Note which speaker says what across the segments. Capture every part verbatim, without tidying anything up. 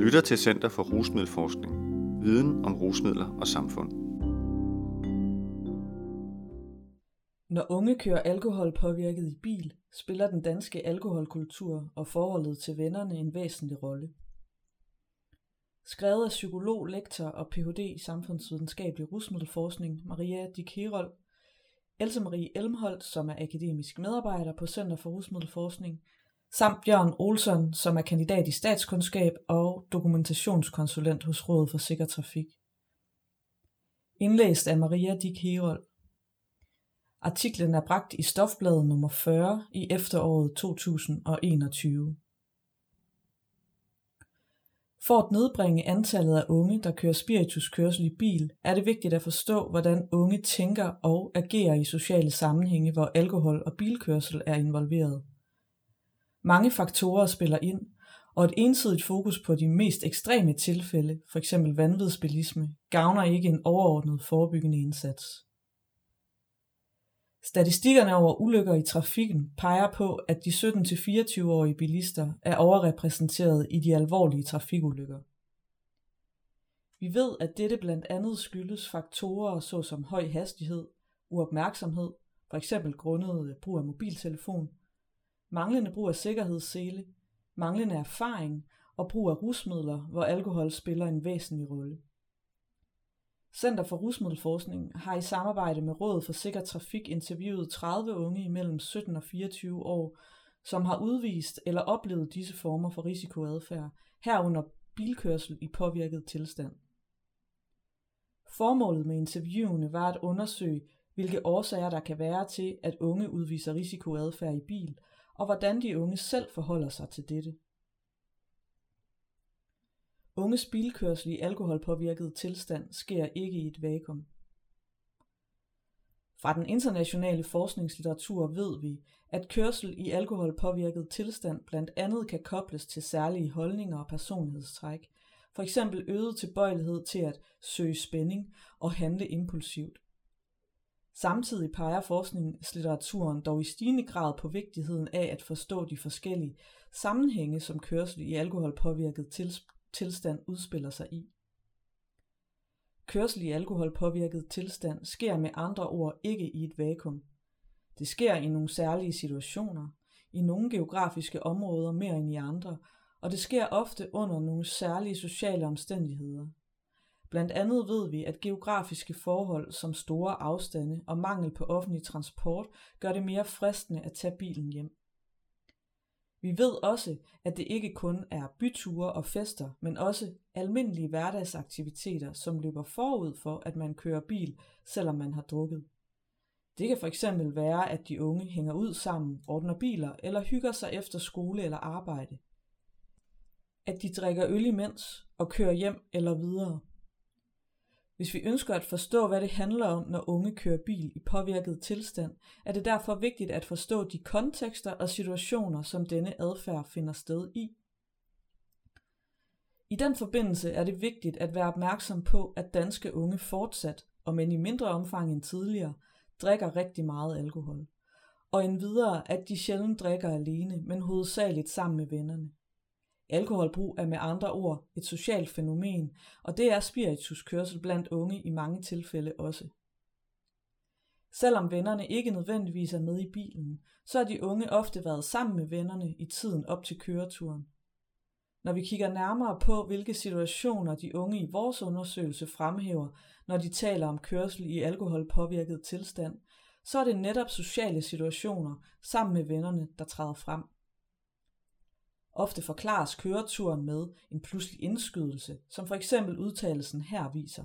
Speaker 1: lytter til Center for Rusmiddelforskning. Viden om rusmidler og samfund.
Speaker 2: Når unge kører alkoholpåvirket i bil, spiller den danske alkoholkultur og forholdet til vennerne en væsentlig rolle. Skrevet af psykolog, lektor og P H D i samfundsvidenskabelig rusmiddelforskning Maria Dick Herold, Else Marie Elmholdt, som er akademisk medarbejder på Center for Rusmiddelforskning, samt Bjørn Olsson, som er kandidat i statskundskab og dokumentationskonsulent hos Rådet for Sikker Trafik. Indlæst af Maria Dick Herold. Artiklen er bragt i Stofbladet nummer fyrre i efteråret to tusind og enogtyve. For at nedbringe antallet af unge, der kører spirituskørsel i bil, er det vigtigt at forstå, hvordan unge tænker og agerer i sociale sammenhænge, hvor alkohol og bilkørsel er involveret. Mange faktorer spiller ind, og et ensidigt fokus på de mest ekstreme tilfælde, f.eks. vanvidsbilisme, gavner ikke en overordnet forebyggende indsats. Statistikkerne over ulykker i trafikken peger på, at de sytten til fireogtyve-årige bilister er overrepræsenteret i de alvorlige trafikulykker. Vi ved, at dette blandt andet skyldes faktorer såsom høj hastighed, uopmærksomhed, f.eks. grundet brug af mobiltelefon, manglende brug af sikkerhedssele, manglende erfaring og brug af rusmidler, hvor alkohol spiller en væsentlig rolle. Center for Rusmiddelforskning har i samarbejde med Rådet for Sikker Trafik interviewet tredive unge imellem sytten og fireogtyve år, som har udvist eller oplevet disse former for risikoadfærd, herunder bilkørsel i påvirket tilstand. Formålet med interviewene var at undersøge, hvilke årsager der kan være til, at unge udviser risikoadfærd i bil, og hvordan de unge selv forholder sig til dette. Unges bilkørsel i alkoholpåvirket tilstand sker ikke i et vakuum. Fra den internationale forskningslitteratur ved vi, at kørsel i alkoholpåvirket tilstand blandt andet kan kobles til særlige holdninger og personlighedstræk, f.eks. øget tilbøjelighed til at søge spænding og handle impulsivt. Samtidig peger forskningslitteraturen dog i stigende grad på vigtigheden af at forstå de forskellige sammenhænge, som kørsel i alkoholpåvirket tilstand tilstand udspiller sig i. Kørsel i alkoholpåvirket tilstand sker med andre ord ikke i et vakuum. Det sker i nogle særlige situationer, i nogle geografiske områder mere end i andre, og det sker ofte under nogle særlige sociale omstændigheder. Blandt andet ved vi, at geografiske forhold som store afstande og mangel på offentlig transport gør det mere fristende at tage bilen hjem. Vi ved også, at det ikke kun er byture og fester, men også almindelige hverdagsaktiviteter, som løber forud for, at man kører bil, selvom man har drukket. Det kan fx være, at de unge hænger ud sammen, ordner biler eller hygger sig efter skole eller arbejde. At de drikker øl imens og kører hjem eller videre. Hvis vi ønsker at forstå, hvad det handler om, når unge kører bil i påvirket tilstand, er det derfor vigtigt at forstå de kontekster og situationer, som denne adfærd finder sted i. I den forbindelse er det vigtigt at være opmærksom på, at danske unge fortsat, og men i mindre omfang end tidligere, drikker rigtig meget alkohol. Og endvidere, at de sjældent drikker alene, men hovedsageligt sammen med vennerne. Alkoholbrug er med andre ord et socialt fænomen, og det er spirituskørsel blandt unge i mange tilfælde også. Selvom vennerne ikke nødvendigvis er med i bilen, så har de unge ofte været sammen med vennerne i tiden op til køreturen. Når vi kigger nærmere på, hvilke situationer de unge i vores undersøgelse fremhæver, når de taler om kørsel i alkoholpåvirket tilstand, så er det netop sociale situationer sammen med vennerne, der træder frem. Ofte forklares køreturen med en pludselig indskydelse, som for eksempel udtalelsen her viser.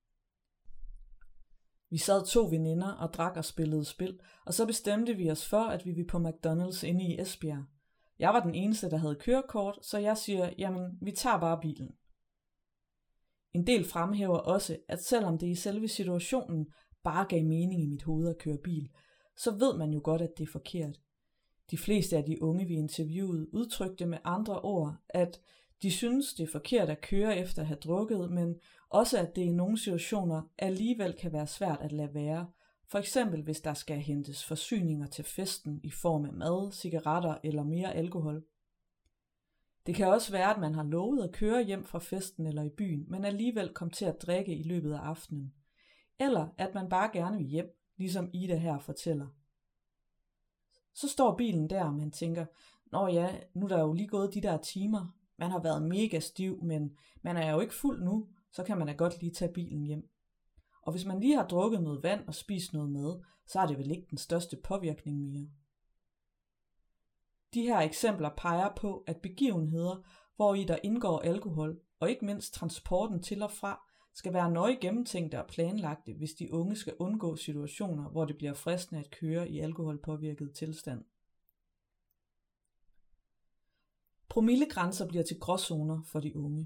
Speaker 2: Vi sad to veninder og drak og spillede spil, og så bestemte vi os for, at vi ville på McDonald's inde i Esbjerg. Jeg var den eneste, der havde kørekort, så jeg siger, jamen, vi tager bare bilen. En del fremhæver også, at selvom det i selve situationen bare gav mening i mit hoved at køre bil, så ved man jo godt, at det er forkert. De fleste af de unge, vi interviewede, udtrykte med andre ord, at de synes, det er forkert at køre efter at have drukket, men også at det i nogle situationer alligevel kan være svært at lade være. For eksempel hvis der skal hentes forsyninger til festen i form af mad, cigaretter eller mere alkohol. Det kan også være, at man har lovet at køre hjem fra festen eller i byen, men alligevel kom til at drikke i løbet af aftenen. Eller at man bare gerne vil hjem, ligesom Ida her fortæller. Så står bilen der, og man tænker, nå ja, nu er der jo lige gået de der timer. Man har været mega stiv, men man er jo ikke fuld nu, så kan man da godt lige tage bilen hjem. Og hvis man lige har drukket noget vand og spist noget mad, så er det vel ikke den største påvirkning mere. De her eksempler peger på, at begivenheder, hvor i der indgår alkohol, og ikke mindst transporten til og fra, skal være nøje gennemtænkte og planlagte, hvis de unge skal undgå situationer, hvor det bliver fristende at køre i alkoholpåvirket tilstand. Promillegrænser bliver til gråzoner for de unge.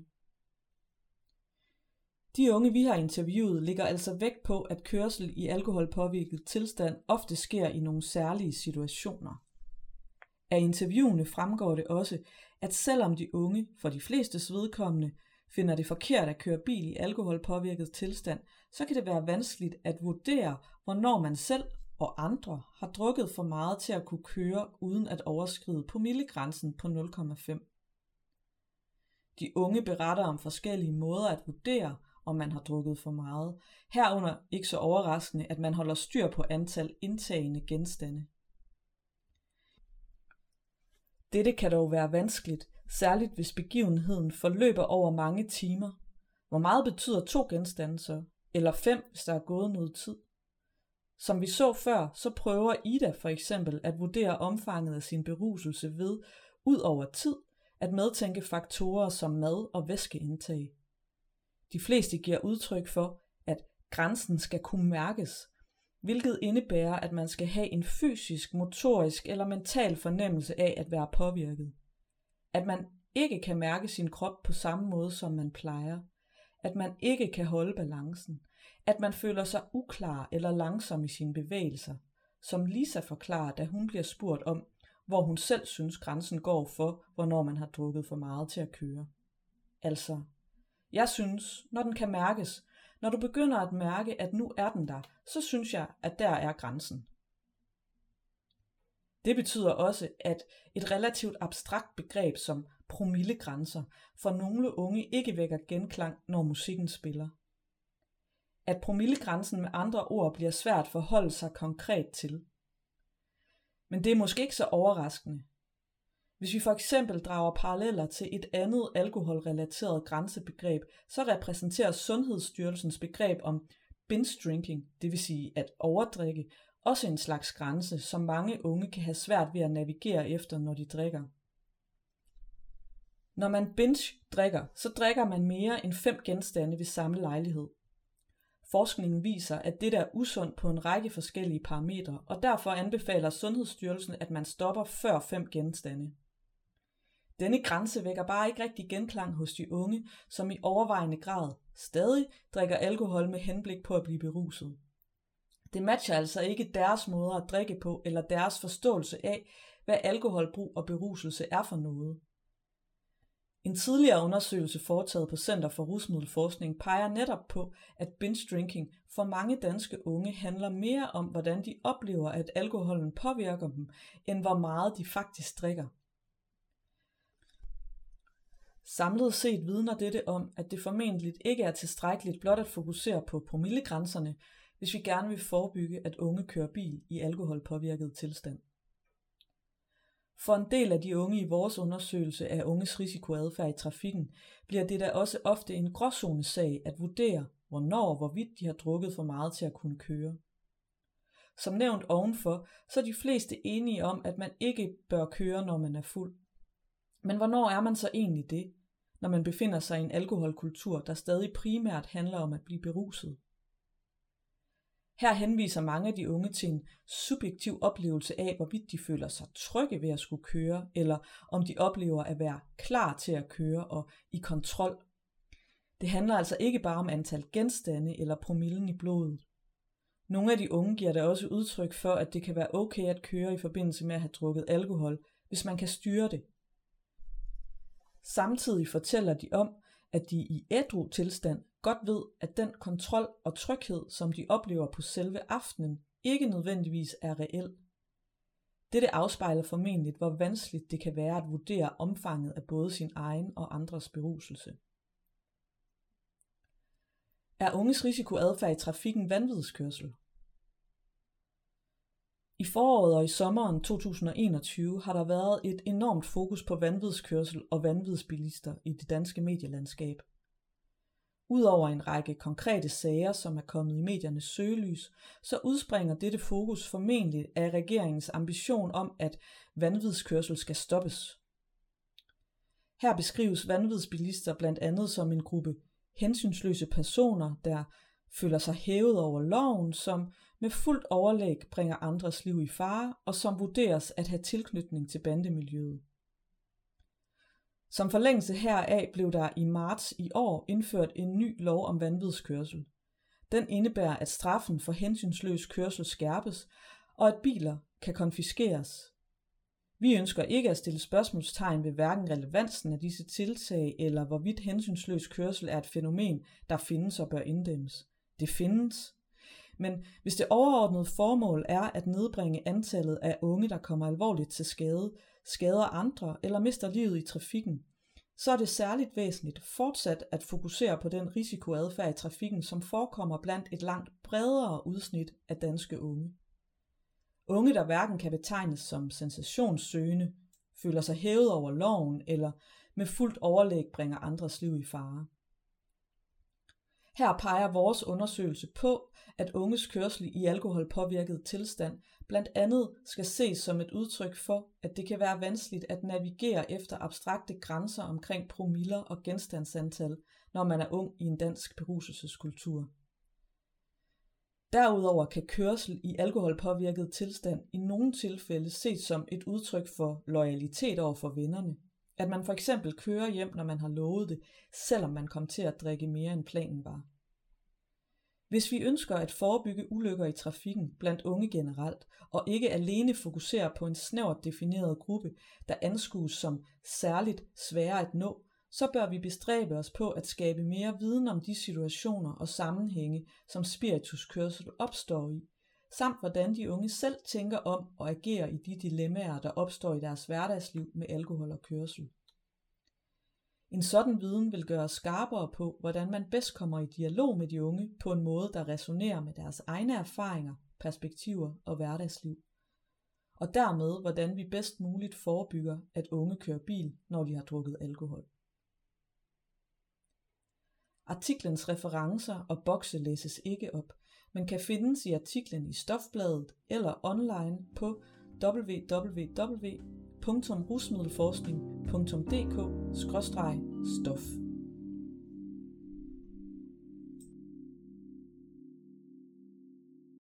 Speaker 2: De unge, vi har interviewet, lægger altså vægt på, at kørsel i alkoholpåvirket tilstand ofte sker i nogle særlige situationer. Af interviewene fremgår det også, at selvom de unge, for de flestes vedkommende, finder det forkert at køre bil i alkoholpåvirket tilstand, så kan det være vanskeligt at vurdere, hvornår man selv og andre har drukket for meget til at kunne køre uden at overskride promillegrænsen på nul komma fem. De unge beretter om forskellige måder at vurdere, om man har drukket for meget. Herunder ikke så overraskende, at man holder styr på antal indtagende genstande. Dette kan dog være vanskeligt, særligt hvis begivenheden forløber over mange timer. Hvor meget betyder to genstande så? Eller fem, hvis der er gået noget tid? Som vi så før, så prøver Ida for eksempel at vurdere omfanget af sin beruselse ved, ud over tid, at medtænke faktorer som mad og væskeindtag. De fleste giver udtryk for, at grænsen skal kunne mærkes, hvilket indebærer, at man skal have en fysisk, motorisk eller mental fornemmelse af at være påvirket. At man ikke kan mærke sin krop på samme måde, som man plejer. At man ikke kan holde balancen. At man føler sig uklar eller langsom i sine bevægelser, som Lisa forklarer, da hun bliver spurgt om, hvor hun selv synes grænsen går for, hvornår man har drukket for meget til at køre. Altså, jeg synes, når den kan mærkes, når du begynder at mærke, at nu er den der, så synes jeg, at der er grænsen. Det betyder også, at et relativt abstrakt begreb som promillegrænser for nogle unge ikke vækker genklang, når musikken spiller. At promillegrænsen med andre ord bliver svært at forholde sig konkret til. Men det er måske ikke så overraskende. Hvis vi for eksempel drager paralleller til et andet alkoholrelateret grænsebegreb, så repræsenterer Sundhedsstyrelsens begreb om binge drinking, det vil sige at overdrikke, også en slags grænse, som mange unge kan have svært ved at navigere efter, når de drikker. Når man binge drikker, så drikker man mere end fem genstande ved samme lejlighed. Forskningen viser, at det er usundt på en række forskellige parametre, og derfor anbefaler Sundhedsstyrelsen, at man stopper før fem genstande. Denne grænse vækker bare ikke rigtig genklang hos de unge, som i overvejende grad stadig drikker alkohol med henblik på at blive beruset. Det matcher altså ikke deres måde at drikke på eller deres forståelse af, hvad alkoholbrug og beruselse er for noget. En tidligere undersøgelse foretaget på Center for Rusmiddelforskning peger netop på, at binge drinking for mange danske unge handler mere om, hvordan de oplever, at alkoholen påvirker dem, end hvor meget de faktisk drikker. Samlet set vidner dette om, at det formentlig ikke er tilstrækkeligt blot at fokusere på promillegrænserne, hvis vi gerne vil forebygge, at unge kører bil i alkoholpåvirket tilstand. For en del af de unge i vores undersøgelse af unges risikoadfærd i trafikken, bliver det da også ofte en gråzonesag at vurdere, hvornår og hvorvidt de har drukket for meget til at kunne køre. Som nævnt ovenfor, så er de fleste enige om, at man ikke bør køre, når man er fuld. Men hvornår er man så egentlig det, når man befinder sig i en alkoholkultur, der stadig primært handler om at blive beruset? Her henviser mange af de unge til en subjektiv oplevelse af, hvorvidt de føler sig trygge ved at skulle køre, eller om de oplever at være klar til at køre og i kontrol. Det handler altså ikke bare om antal genstande eller promillen i blodet. Nogle af de unge giver da også udtryk for, at det kan være okay at køre i forbindelse med at have drukket alkohol, hvis man kan styre det. Samtidig fortæller de om, at de i ædru tilstand godt ved, at den kontrol og tryghed, som de oplever på selve aftenen, ikke nødvendigvis er reel. Dette afspejler formentlig, hvor vanskeligt det kan være at vurdere omfanget af både sin egen og andres beruselse. Er unges risikoadfærd i trafikken vanvidskørsel? I foråret og i sommeren to tusind og enogtyve har der været et enormt fokus på vanvidskørsel og vanvidsbilister i det danske medielandskab. Udover en række konkrete sager, som er kommet i mediernes søgelys, så udspringer dette fokus formentlig af regeringens ambition om, at vanvidskørsel skal stoppes. Her beskrives vanvidsbilister blandt andet som en gruppe hensynsløse personer, der føler sig hævet over loven, som med fuldt overlæg bringer andres liv i fare, og som vurderes at have tilknytning til bandemiljøet. Som forlængelse heraf blev der i marts i år indført en ny lov om vanvidskørsel. Den indebærer, at straffen for hensynsløs kørsel skærpes, og at biler kan konfiskeres. Vi ønsker ikke at stille spørgsmålstegn ved hverken relevansen af disse tiltag, eller hvorvidt hensynsløs kørsel er et fænomen, der findes og bør inddæmmes. Det findes. Men hvis det overordnede formål er at nedbringe antallet af unge, der kommer alvorligt til skade, skader andre eller mister livet i trafikken, så er det særligt væsentligt fortsat at fokusere på den risikoadfærd i trafikken, som forekommer blandt et langt bredere udsnit af danske unge. Unge, der hverken kan betegnes som sensationssøgende, føler sig hævet over loven eller med fuldt overlæg bringer andres liv i fare. Her peger vores undersøgelse på, at unges kørsel i alkoholpåvirket tilstand blandt andet skal ses som et udtryk for, at det kan være vanskeligt at navigere efter abstrakte grænser omkring promiller og genstandsantal, når man er ung i en dansk beruselseskultur. Derudover kan kørsel i alkoholpåvirket tilstand i nogle tilfælde ses som et udtryk for loyalitet over for vennerne. At man for eksempel kører hjem, når man har lovet det, selvom man kom til at drikke mere end planen var. Hvis vi ønsker at forebygge ulykker i trafikken blandt unge generelt, og ikke alene fokusere på en snævert defineret gruppe, der anskues som særligt svære at nå, så bør vi bestræbe os på at skabe mere viden om de situationer og sammenhænge, som spirituskørsel opstår i, samt hvordan de unge selv tænker om og agerer i de dilemmaer, der opstår i deres hverdagsliv med alkohol og kørsel. En sådan viden vil gøre os skarpere på, hvordan man bedst kommer i dialog med de unge på en måde, der resonerer med deres egne erfaringer, perspektiver og hverdagsliv. Og dermed, hvordan vi bedst muligt forebygger, at unge kører bil, når de har drukket alkohol. Artiklens referencer og bokse læses ikke op, men kan findes i artiklen i Stofbladet eller online på w w w punktum rusmiddelforskning punktum d k skråstreg stof.